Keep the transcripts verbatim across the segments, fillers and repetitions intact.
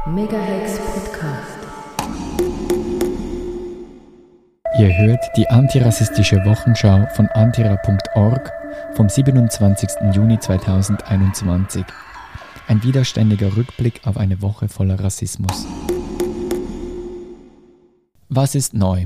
Megahex Podcast. Ihr hört die antirassistische Wochenschau von antira punkt org vom siebenundzwanzigsten Juni zweitausendeinundzwanzig. Ein widerständiger Rückblick auf eine Woche voller Rassismus. Was ist neu?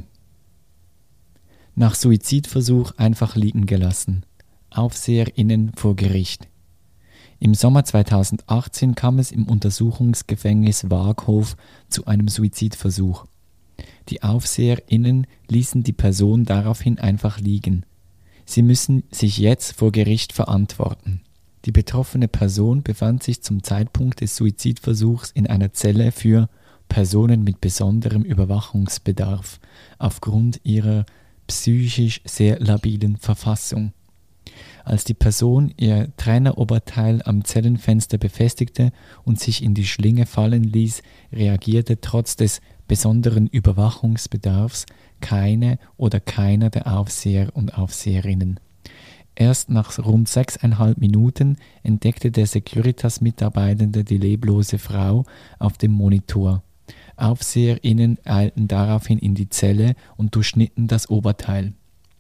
Nach Suizidversuch einfach liegen gelassen. AufseherInnen vor Gericht. Im Sommer zweitausendachtzehn kam es im Untersuchungsgefängnis Waaghof zu einem Suizidversuch. Die AufseherInnen ließen die Person daraufhin einfach liegen. Sie müssen sich jetzt vor Gericht verantworten. Die betroffene Person befand sich zum Zeitpunkt des Suizidversuchs in einer Zelle für Personen mit besonderem Überwachungsbedarf aufgrund ihrer psychisch sehr labilen Verfassung. Als die Person ihr Traineroberteil am Zellenfenster befestigte und sich in die Schlinge fallen ließ, reagierte trotz des besonderen Überwachungsbedarfs keine oder keiner der Aufseher und Aufseherinnen. Erst nach rund sechseinhalb Minuten entdeckte der Securitas-Mitarbeitende die leblose Frau auf dem Monitor. AufseherInnen eilten daraufhin in die Zelle und durchschnitten das Oberteil.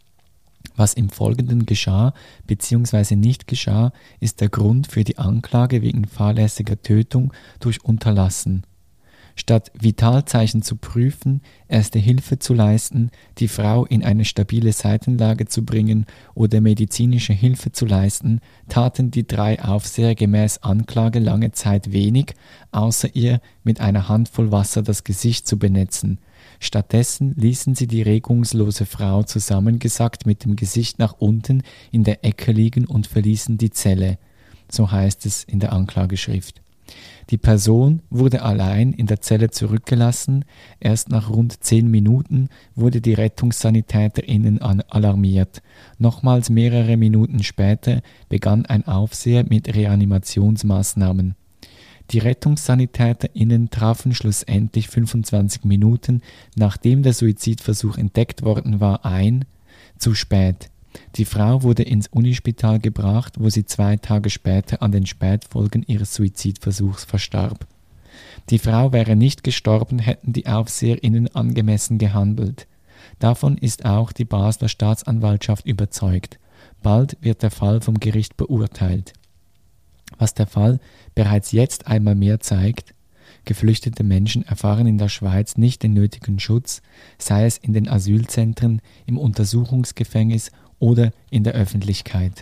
Was im Folgenden geschah bzw. nicht geschah, ist der Grund für die Anklage wegen fahrlässiger Tötung durch Unterlassen. Statt Vitalzeichen zu prüfen, erste Hilfe zu leisten, die Frau in eine stabile Seitenlage zu bringen oder medizinische Hilfe zu leisten, taten die drei Aufseher gemäß Anklage lange Zeit wenig, außer ihr mit einer Handvoll Wasser das Gesicht zu benetzen. Stattdessen ließen sie die regungslose Frau zusammengesackt mit dem Gesicht nach unten in der Ecke liegen und verließen die Zelle. So heißt es in der Anklageschrift. Die Person wurde allein in der Zelle zurückgelassen. Erst nach rund zehn Minuten wurde die RettungssanitäterInnen alarmiert. Nochmals mehrere Minuten später begann ein Aufseher mit Reanimationsmaßnahmen. Die RettungssanitäterInnen trafen schlussendlich fünfundzwanzig Minuten, nachdem der Suizidversuch entdeckt worden war, ein. Zu spät. Die Frau wurde ins Unispital gebracht, wo sie zwei Tage später an den Spätfolgen ihres Suizidversuchs verstarb. Die Frau wäre nicht gestorben, hätten die AufseherInnen angemessen gehandelt. Davon ist auch die Basler Staatsanwaltschaft überzeugt. Bald wird der Fall vom Gericht beurteilt. Was der Fall bereits jetzt einmal mehr zeigt: Geflüchtete Menschen erfahren in der Schweiz nicht den nötigen Schutz, sei es in den Asylzentren, im Untersuchungsgefängnis oder in der Öffentlichkeit.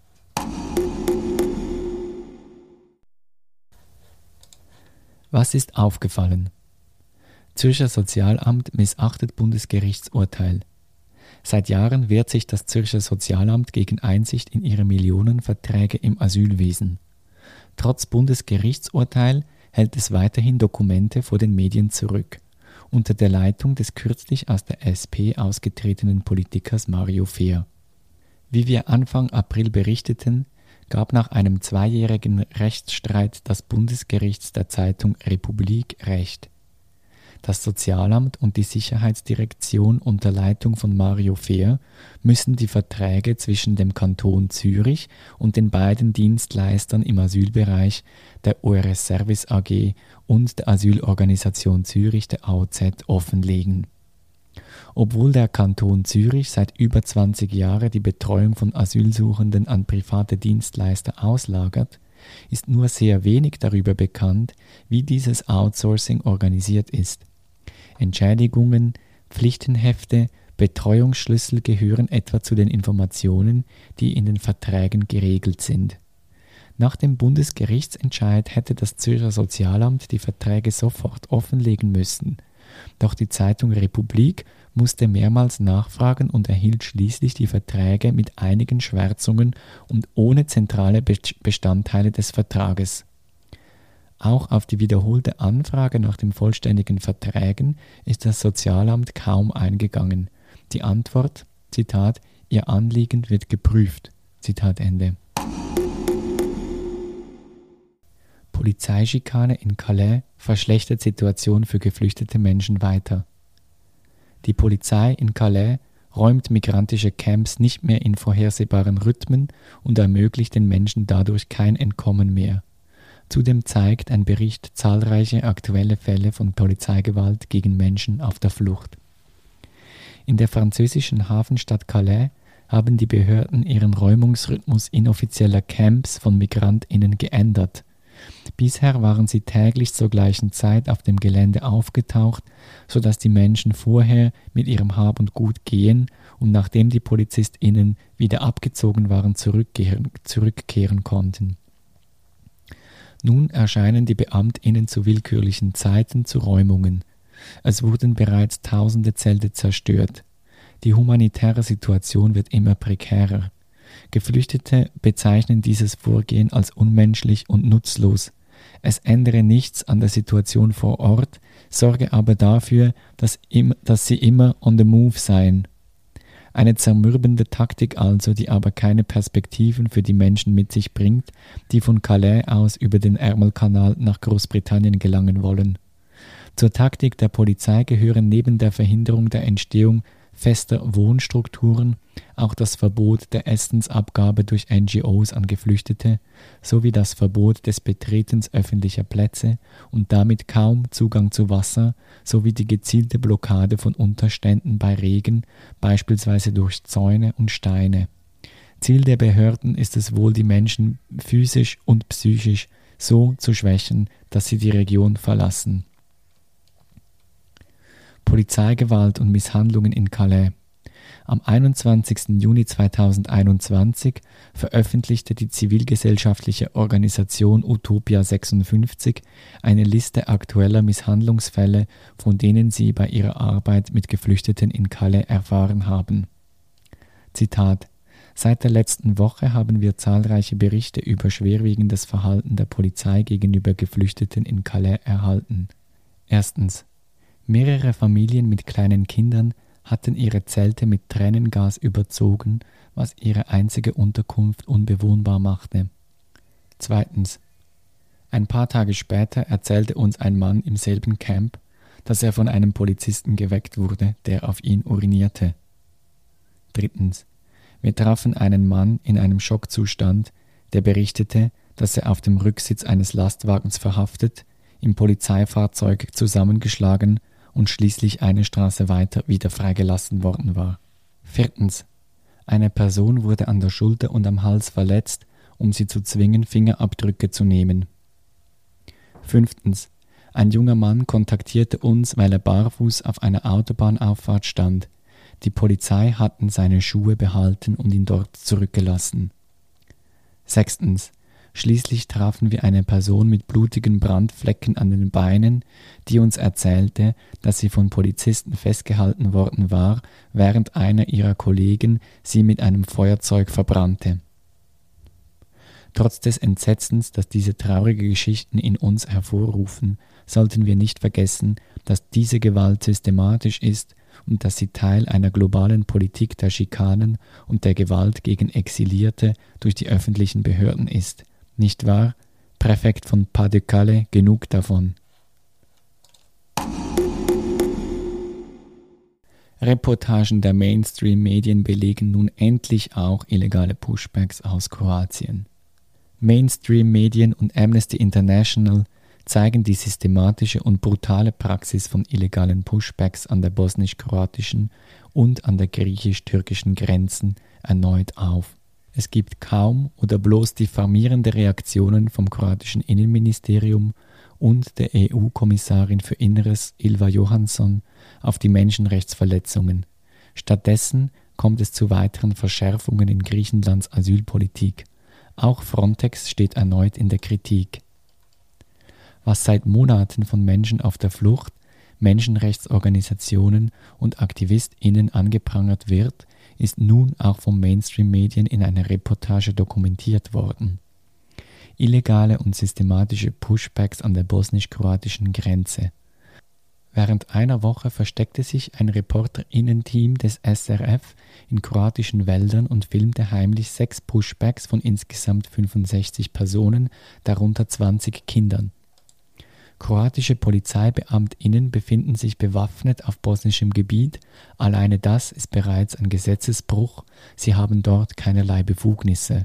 Was ist aufgefallen? Zürcher Sozialamt missachtet Bundesgerichtsurteil. Seit Jahren wehrt sich das Zürcher Sozialamt gegen Einsicht in ihre Millionenverträge im Asylwesen. Trotz Bundesgerichtsurteil hält es weiterhin Dokumente vor den Medien zurück, unter der Leitung des kürzlich aus der S P ausgetretenen Politikers Mario Fehr. Wie wir Anfang April berichteten, gab nach einem zweijährigen Rechtsstreit das Bundesgericht der Zeitung Republik Recht. Das Sozialamt und die Sicherheitsdirektion unter Leitung von Mario Fehr müssen die Verträge zwischen dem Kanton Zürich und den beiden Dienstleistern im Asylbereich, der O R S Service A G und der Asylorganisation Zürich, der A O Z, offenlegen. Obwohl der Kanton Zürich seit über zwanzig Jahren die Betreuung von Asylsuchenden an private Dienstleister auslagert, ist nur sehr wenig darüber bekannt, wie dieses Outsourcing organisiert ist. Entschädigungen, Pflichtenhefte, Betreuungsschlüssel gehören etwa zu den Informationen, die in den Verträgen geregelt sind. Nach dem Bundesgerichtsentscheid hätte das Zürcher Sozialamt die Verträge sofort offenlegen müssen. Doch die Zeitung Republik musste mehrmals nachfragen und erhielt schließlich die Verträge mit einigen Schwärzungen und ohne zentrale Bestandteile des Vertrages. Auch auf die wiederholte Anfrage nach den vollständigen Verträgen ist das Sozialamt kaum eingegangen. Die Antwort, Zitat, Ihr Anliegen wird geprüft, Zitat Ende. Polizeischikane in Calais verschlechtert Situation für geflüchtete Menschen weiter. Die Polizei in Calais räumt migrantische Camps nicht mehr in vorhersehbaren Rhythmen und ermöglicht den Menschen dadurch kein Entkommen mehr. Zudem zeigt ein Bericht zahlreiche aktuelle Fälle von Polizeigewalt gegen Menschen auf der Flucht. In der französischen Hafenstadt Calais haben die Behörden ihren Räumungsrhythmus inoffizieller Camps von MigrantInnen geändert. Bisher waren sie täglich zur gleichen Zeit auf dem Gelände aufgetaucht, sodass die Menschen vorher mit ihrem Hab und Gut gehen und nachdem die PolizistInnen wieder abgezogen waren, zurückkehren, zurückkehren konnten. Nun erscheinen die BeamtInnen zu willkürlichen Zeiten zu Räumungen. Es wurden bereits tausende Zelte zerstört. Die humanitäre Situation wird immer prekärer. Geflüchtete bezeichnen dieses Vorgehen als unmenschlich und nutzlos. Es ändere nichts an der Situation vor Ort, sorge aber dafür, dass, im, dass sie immer on the move seien. Eine zermürbende Taktik also, die aber keine Perspektiven für die Menschen mit sich bringt, die von Calais aus über den Ärmelkanal nach Großbritannien gelangen wollen. Zur Taktik der Polizei gehören neben der Verhinderung der Entstehung fester Wohnstrukturen auch das Verbot der Essensabgabe durch N G Os an Geflüchtete sowie das Verbot des Betretens öffentlicher Plätze und damit kaum Zugang zu Wasser sowie die gezielte Blockade von Unterständen bei Regen, beispielsweise durch Zäune und Steine. Ziel der Behörden ist es wohl, die Menschen physisch und psychisch so zu schwächen, dass sie die Region verlassen. Polizeigewalt und Misshandlungen in Calais. Am einundzwanzigsten Juni zweitausendeinundzwanzig veröffentlichte die zivilgesellschaftliche Organisation Utopia sechsundfünfzig eine Liste aktueller Misshandlungsfälle, von denen sie bei ihrer Arbeit mit Geflüchteten in Calais erfahren haben. Zitat: Seit der letzten Woche haben wir zahlreiche Berichte über schwerwiegendes Verhalten der Polizei gegenüber Geflüchteten in Calais erhalten. Erstens. Mehrere Familien mit kleinen Kindern hatten ihre Zelte mit Tränengas überzogen, was ihre einzige Unterkunft unbewohnbar machte. Zweitens. Ein paar Tage später erzählte uns ein Mann im selben Camp, dass er von einem Polizisten geweckt wurde, der auf ihn urinierte. Drittens. Wir trafen einen Mann in einem Schockzustand, der berichtete, dass er auf dem Rücksitz eines Lastwagens verhaftet, im Polizeifahrzeug zusammengeschlagen und schließlich eine Straße weiter wieder freigelassen worden war. Viertens. Eine Person wurde an der Schulter und am Hals verletzt, um sie zu zwingen, Fingerabdrücke zu nehmen. Fünftens. Ein junger Mann kontaktierte uns, weil er barfuß auf einer Autobahnauffahrt stand. Die Polizei hatten seine Schuhe behalten und ihn dort zurückgelassen. Sechstens. Schließlich trafen wir eine Person mit blutigen Brandflecken an den Beinen, die uns erzählte, dass sie von Polizisten festgehalten worden war, während einer ihrer Kollegen sie mit einem Feuerzeug verbrannte. Trotz des Entsetzens, das diese traurigen Geschichten in uns hervorrufen, sollten wir nicht vergessen, dass diese Gewalt systematisch ist und dass sie Teil einer globalen Politik der Schikanen und der Gewalt gegen Exilierte durch die öffentlichen Behörden ist. Nicht wahr? Präfekt von Pas-de-Calais, genug davon. Reportagen der Mainstream-Medien belegen nun endlich auch illegale Pushbacks aus Kroatien. Mainstream-Medien und Amnesty International zeigen die systematische und brutale Praxis von illegalen Pushbacks an der bosnisch-kroatischen und an der griechisch-türkischen Grenzen erneut auf. Es gibt kaum oder bloß diffamierende Reaktionen vom kroatischen Innenministerium und der E U-Kommissarin für Inneres Ylva Johansson auf die Menschenrechtsverletzungen. Stattdessen kommt es zu weiteren Verschärfungen in Griechenlands Asylpolitik. Auch Frontex steht erneut in der Kritik. Was seit Monaten von Menschen auf der Flucht, Menschenrechtsorganisationen und AktivistInnen angeprangert wird, ist nun auch von Mainstream-Medien in einer Reportage dokumentiert worden. Illegale und systematische Pushbacks an der bosnisch-kroatischen Grenze. Während einer Woche versteckte sich ein ReporterInnen-Team des S R F in kroatischen Wäldern und filmte heimlich sechs Pushbacks von insgesamt fünfundsechzig Personen, darunter zwanzig Kindern. Kroatische PolizeibeamtInnen befinden sich bewaffnet auf bosnischem Gebiet, alleine das ist bereits ein Gesetzesbruch, sie haben dort keinerlei Befugnisse.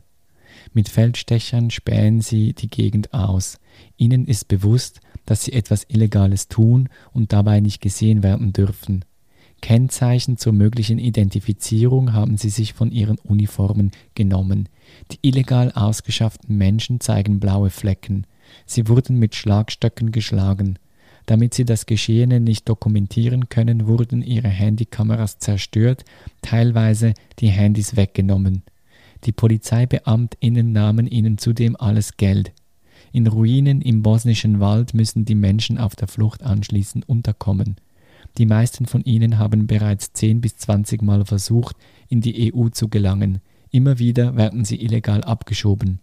Mit Feldstechern spähen sie die Gegend aus. Ihnen ist bewusst, dass sie etwas Illegales tun und dabei nicht gesehen werden dürfen. Kennzeichen zur möglichen Identifizierung haben sie sich von ihren Uniformen genommen. Die illegal ausgeschafften Menschen zeigen blaue Flecken. Sie wurden mit Schlagstöcken geschlagen. Damit sie das Geschehene nicht dokumentieren können, wurden ihre Handykameras zerstört, teilweise die Handys weggenommen. Die PolizeibeamtInnen nahmen ihnen zudem alles Geld. In Ruinen im bosnischen Wald müssen die Menschen auf der Flucht anschließend unterkommen. Die meisten von ihnen haben bereits zehn bis zwanzig Mal versucht, in die E U zu gelangen. Immer wieder werden sie illegal abgeschoben.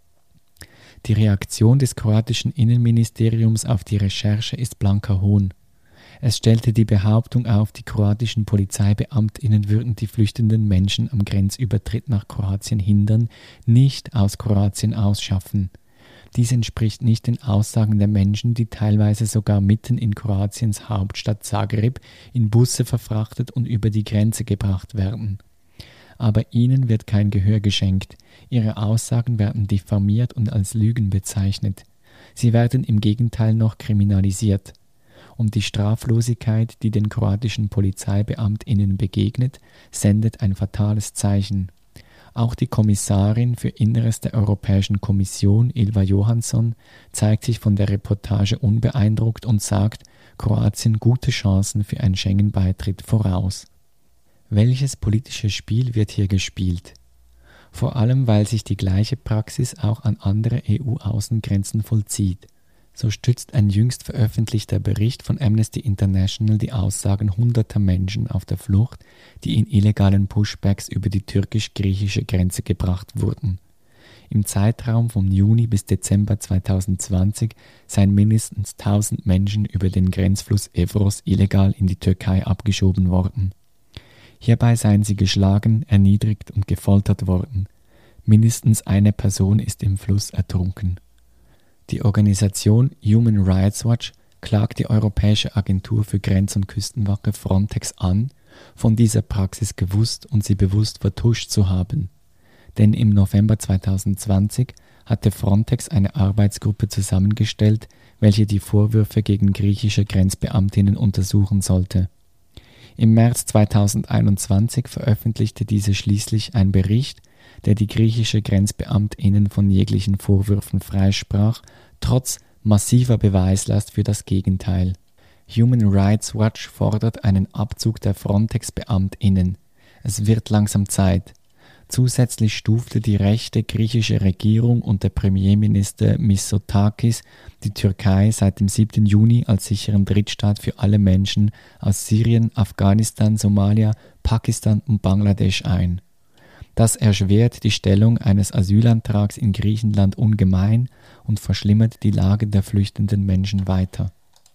Die Reaktion des kroatischen Innenministeriums auf die Recherche ist blanker Hohn. Es stellte die Behauptung auf, die kroatischen PolizeibeamtInnen würden die flüchtenden Menschen am Grenzübertritt nach Kroatien hindern, nicht aus Kroatien ausschaffen. Dies entspricht nicht den Aussagen der Menschen, die teilweise sogar mitten in Kroatiens Hauptstadt Zagreb in Busse verfrachtet und über die Grenze gebracht werden. Aber ihnen wird kein Gehör geschenkt. Ihre Aussagen werden diffamiert und als Lügen bezeichnet. Sie werden im Gegenteil noch kriminalisiert. Und die Straflosigkeit, die den kroatischen PolizeibeamtInnen begegnet, sendet ein fatales Zeichen. Auch die Kommissarin für Inneres der Europäischen Kommission, Ylva Johansson, zeigt sich von der Reportage unbeeindruckt und sagt, Kroatien gute Chancen für einen Schengen-Beitritt voraus. Welches politische Spiel wird hier gespielt? Vor allem, weil sich die gleiche Praxis auch an andere E U-Außengrenzen vollzieht. So stützt ein jüngst veröffentlichter Bericht von Amnesty International die Aussagen hunderter Menschen auf der Flucht, die in illegalen Pushbacks über die türkisch-griechische Grenze gebracht wurden. Im Zeitraum vom Juni bis Dezember zweitausendzwanzig seien mindestens tausend Menschen über den Grenzfluss Evros illegal in die Türkei abgeschoben worden. Hierbei seien sie geschlagen, erniedrigt und gefoltert worden. Mindestens eine Person ist im Fluss ertrunken. Die Organisation Human Rights Watch klagt die Europäische Agentur für Grenz- und Küstenwache Frontex an, von dieser Praxis gewusst und sie bewusst vertuscht zu haben. Denn im November zweitausendzwanzig hatte Frontex eine Arbeitsgruppe zusammengestellt, welche die Vorwürfe gegen griechische Grenzbeamtinnen untersuchen sollte. Im März zweitausendeinundzwanzig veröffentlichte diese schließlich einen Bericht, der die griechische GrenzbeamtInnen von jeglichen Vorwürfen freisprach, trotz massiver Beweislast für das Gegenteil. Human Rights Watch fordert einen Abzug der Frontex-BeamtInnen. Es wird langsam Zeit. Zusätzlich stufte die rechte griechische Regierung unter Premierminister Mitsotakis die Türkei seit dem siebten Juni als sicheren Drittstaat für alle Menschen aus Syrien, Afghanistan, Somalia, Pakistan und Bangladesch ein. Das erschwert die Stellung eines Asylantrags in Griechenland ungemein und verschlimmert die Lage der flüchtenden Menschen weiter.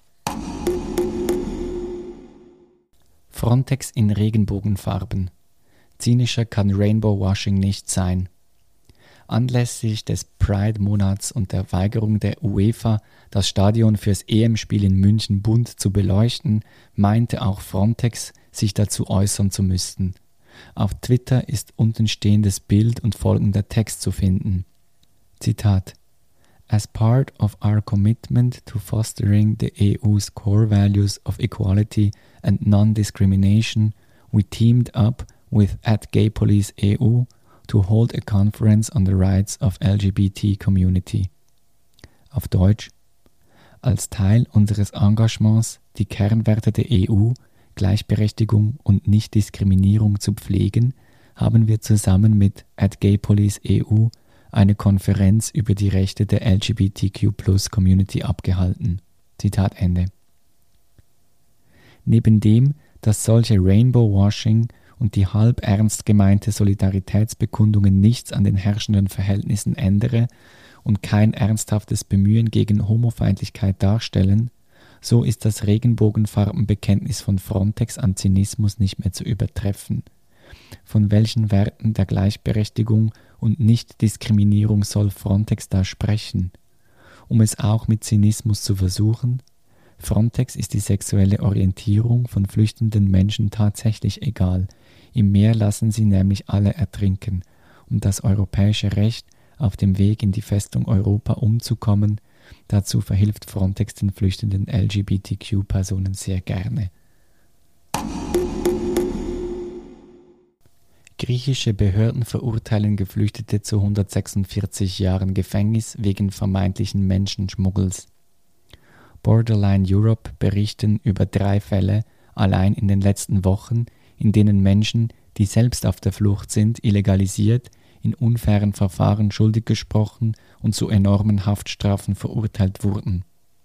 Frontex in Regenbogenfarben. Zynischer kann Rainbow-Washing nicht sein. Anlässlich des Pride-Monats und der Weigerung der UEFA, das Stadion fürs E M-Spiel in München bunt zu beleuchten, meinte auch Frontex, sich dazu äußern zu müssen. Auf Twitter ist untenstehendes Bild und folgender Text zu finden. Zitat: As part of our commitment to fostering the E U's core values of equality and non-discrimination, we teamed up with at Gay Police E U to hold a conference on the rights of L G B T community. Auf Deutsch: Als Teil unseres Engagements, die Kernwerte der E U, Gleichberechtigung und Nichtdiskriminierung zu pflegen, haben wir zusammen mit at Gay Police E U eine Konferenz über die Rechte der L G B T Q plus Community abgehalten. Zitat Ende. Neben dem, dass solche Rainbow-Washing und die halb ernst gemeinte Solidaritätsbekundungen nichts an den herrschenden Verhältnissen ändere und kein ernsthaftes Bemühen gegen Homofeindlichkeit darstellen, so ist das Regenbogenfarbenbekenntnis von Frontex an Zynismus nicht mehr zu übertreffen. Von welchen Werten der Gleichberechtigung und Nichtdiskriminierung soll Frontex da sprechen? Um es auch mit Zynismus zu versuchen? Frontex ist die sexuelle Orientierung von flüchtenden Menschen tatsächlich egal. Im Meer lassen sie nämlich alle ertrinken. Und das europäische Recht auf dem Weg in die Festung Europa umzukommen. Dazu verhilft Frontex den flüchtenden L G B T Q-Personen sehr gerne. Griechische Behörden verurteilen Geflüchtete zu hundertsechsundvierzig Jahren Gefängnis wegen vermeintlichen Menschenschmuggels. Borderline Europe berichten über drei Fälle allein in den letzten Wochen, in denen Menschen, die selbst auf der Flucht sind, illegalisiert, in unfairen Verfahren schuldig gesprochen und zu enormen Haftstrafen verurteilt wurden.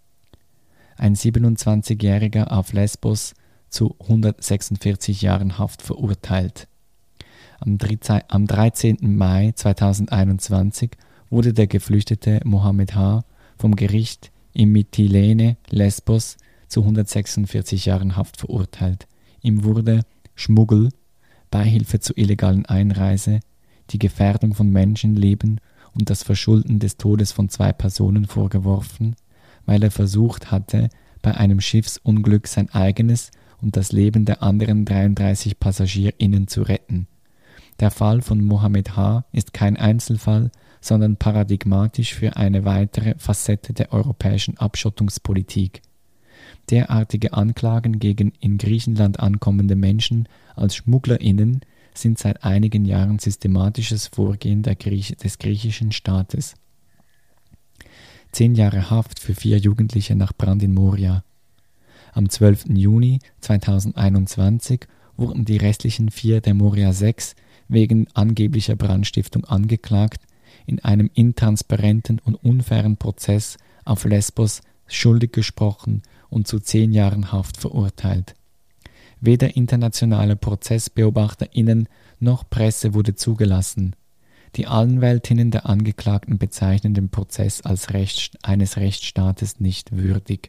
Ein siebenundzwanzigjähriger auf Lesbos zu hundertsechsundvierzig Jahren Haft verurteilt. Am dreizehnten Mai zweitausendeinundzwanzig wurde der Geflüchtete Mohammed H. vom Gericht in Mytilene, Lesbos, zu hundertsechsundvierzig Jahren Haft verurteilt. Ihm wurde Schmuggel, Beihilfe zur illegalen Einreise, die Gefährdung von Menschenleben und das Verschulden des Todes von zwei Personen vorgeworfen, weil er versucht hatte, bei einem Schiffsunglück sein eigenes und das Leben der anderen dreiunddreißig PassagierInnen zu retten. Der Fall von Mohammed H. ist kein Einzelfall, sondern paradigmatisch für eine weitere Facette der europäischen Abschottungspolitik. Derartige Anklagen gegen in Griechenland ankommende Menschen als SchmugglerInnen sind seit einigen Jahren systematisches Vorgehen der Griech- des griechischen Staates. Zehn Jahre Haft für vier Jugendliche nach Brand in Moria. Am zwölften Juni zweitausendeinundzwanzig wurden die restlichen vier der Moria sechs wegen angeblicher Brandstiftung angeklagt, in einem intransparenten und unfairen Prozess auf Lesbos schuldig gesprochen und zu zehn Jahren Haft verurteilt. Weder internationale ProzessbeobachterInnen noch Presse wurde zugelassen. Die Anwältinnen der Angeklagten bezeichnen den Prozess als Recht, eines Rechtsstaates nicht würdig.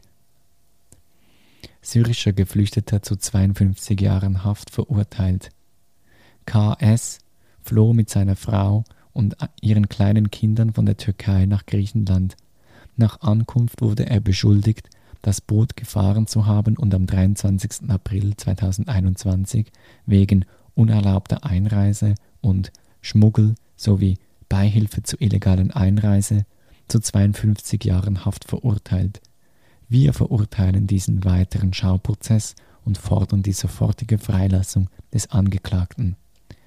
Syrischer Geflüchteter zu zweiundfünfzig Jahren Haft verurteilt. K S floh mit seiner Frau und ihren kleinen Kindern von der Türkei nach Griechenland. Nach Ankunft wurde er beschuldigt, das Boot gefahren zu haben und am dreiundzwanzigsten April zweitausendeinundzwanzig wegen unerlaubter Einreise und Schmuggel sowie Beihilfe zur illegalen Einreise zu zweiundfünfzig Jahren Haft verurteilt. Wir verurteilen diesen weiteren Schauprozess und fordern die sofortige Freilassung des Angeklagten.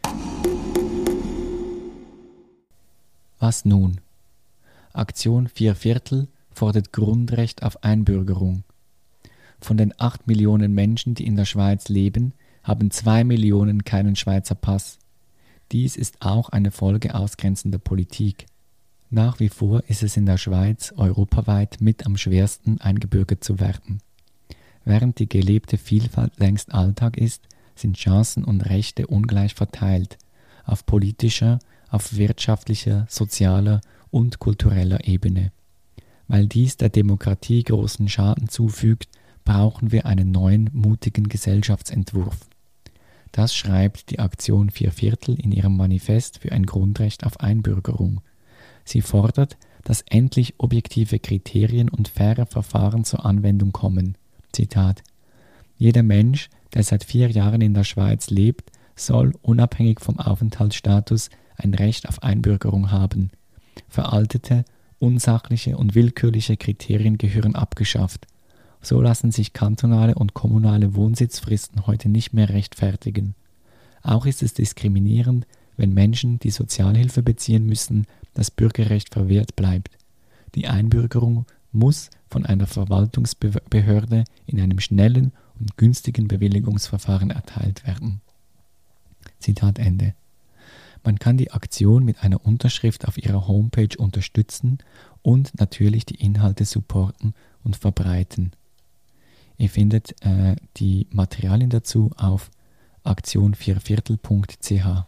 Was nun? Aktion Vier Viertel fordert Grundrecht auf Einbürgerung. Von den acht Millionen Menschen, die in der Schweiz leben, haben zwei Millionen keinen Schweizer Pass. Dies ist auch eine Folge ausgrenzender Politik. Nach wie vor ist es in der Schweiz europaweit mit am schwersten, eingebürgert zu werden. Während die gelebte Vielfalt längst Alltag ist, sind Chancen und Rechte ungleich verteilt, auf politischer, auf wirtschaftlicher, sozialer und kultureller Ebene. Weil dies der Demokratie großen Schaden zufügt, brauchen wir einen neuen, mutigen Gesellschaftsentwurf. Das schreibt die Aktion Vier Viertel in ihrem Manifest für ein Grundrecht auf Einbürgerung. Sie fordert, dass endlich objektive Kriterien und faire Verfahren zur Anwendung kommen. Zitat: Jeder Mensch, der seit vier Jahren in der Schweiz lebt, soll unabhängig vom Aufenthaltsstatus ein Recht auf Einbürgerung haben. Veraltete, unsachliche und willkürliche Kriterien gehören abgeschafft. So lassen sich kantonale und kommunale Wohnsitzfristen heute nicht mehr rechtfertigen. Auch ist es diskriminierend, wenn Menschen, die Sozialhilfe beziehen müssen, das Bürgerrecht verwehrt bleibt. Die Einbürgerung muss von einer Verwaltungsbehörde in einem schnellen und günstigen Bewilligungsverfahren erteilt werden. Zitat Ende. Man kann die Aktion mit einer Unterschrift auf ihrer Homepage unterstützen und natürlich die Inhalte supporten und verbreiten. Ihr findet äh, die Materialien dazu auf aktion vierviertel punkt c h.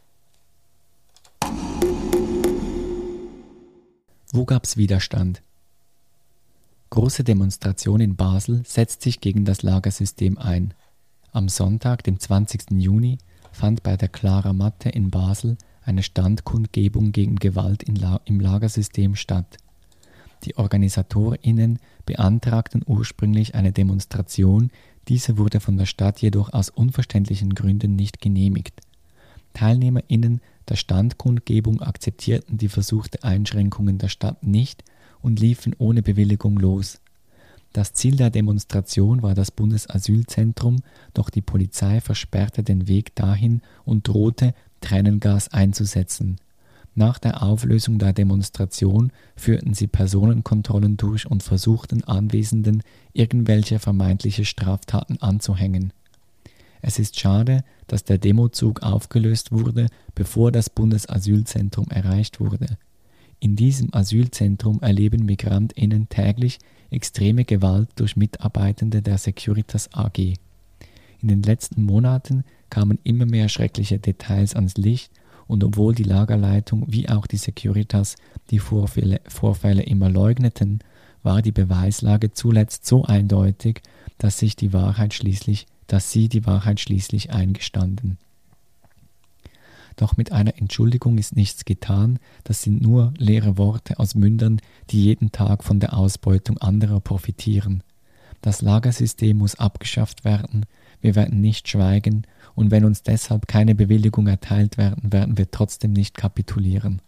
Wo gab's Widerstand? Große Demonstration in Basel setzt sich gegen das Lagersystem ein. Am Sonntag, dem zwanzigsten Juni, fand bei der Clara Matte in Basel eine Standkundgebung gegen Gewalt in La- im Lagersystem statt. Die OrganisatorInnen beantragten ursprünglich eine Demonstration, diese wurde von der Stadt jedoch aus unverständlichen Gründen nicht genehmigt. TeilnehmerInnen der Standkundgebung akzeptierten die versuchte Einschränkungen der Stadt nicht und liefen ohne Bewilligung los. Das Ziel der Demonstration war das Bundesasylzentrum, doch die Polizei versperrte den Weg dahin und drohte, Tränengas einzusetzen. Nach der Auflösung der Demonstration führten sie Personenkontrollen durch und versuchten Anwesenden irgendwelche vermeintliche Straftaten anzuhängen. Es ist schade, dass der Demozug aufgelöst wurde, bevor das Bundesasylzentrum erreicht wurde. In diesem Asylzentrum erleben MigrantInnen täglich extreme Gewalt durch Mitarbeitende der Securitas A G. In den letzten Monaten kamen immer mehr schreckliche Details ans Licht und obwohl die Lagerleitung wie auch die Securitas die Vorfälle, Vorfälle immer leugneten, war die Beweislage zuletzt so eindeutig, dass sich die Wahrheit schließlich, dass sie die Wahrheit schließlich eingestanden. Doch mit einer Entschuldigung ist nichts getan, das sind nur leere Worte aus Mündern, die jeden Tag von der Ausbeutung anderer profitieren. Das Lagersystem muss abgeschafft werden, wir werden nicht schweigen und wenn uns deshalb keine Bewilligung erteilt werden, werden wir trotzdem nicht kapitulieren.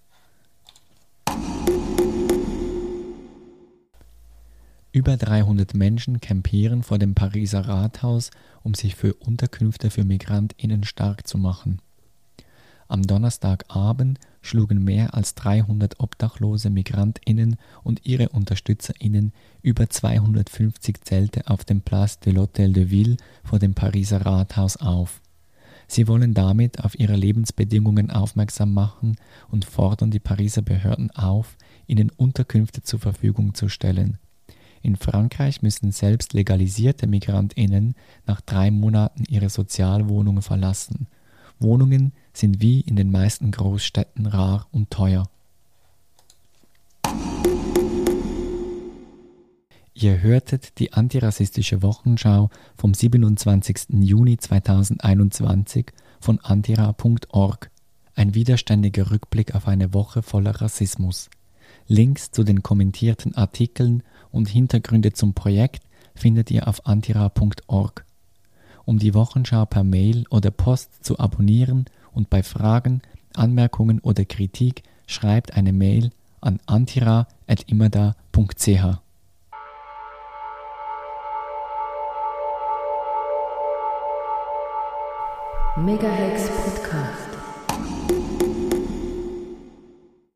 Über dreihundert Menschen campieren vor dem Pariser Rathaus, um sich für Unterkünfte für MigrantInnen stark zu machen. Am Donnerstagabend schlugen mehr als dreihundert obdachlose MigrantInnen und ihre UnterstützerInnen über zweihundertfünfzig Zelte auf dem Place de l'Hôtel de Ville vor dem Pariser Rathaus auf. Sie wollen damit auf ihre Lebensbedingungen aufmerksam machen und fordern die Pariser Behörden auf, ihnen Unterkünfte zur Verfügung zu stellen. In Frankreich müssen selbst legalisierte MigrantInnen nach drei Monaten ihre Sozialwohnungen verlassen. Wohnungen sind wie in den meisten Großstädten rar und teuer. Ihr hörtet die antirassistische Wochenschau vom siebenundzwanzigsten Juni zweitausendeinundzwanzig von antira punkt org. Ein widerständiger Rückblick auf eine Woche voller Rassismus. Links zu den kommentierten Artikeln und Hintergründe zum Projekt findet ihr auf antira punkt org. Um die Wochenschau per Mail oder Post zu abonnieren und bei Fragen, Anmerkungen oder Kritik schreibt eine Mail an antira at imada punkt c h. Megahex Podcast.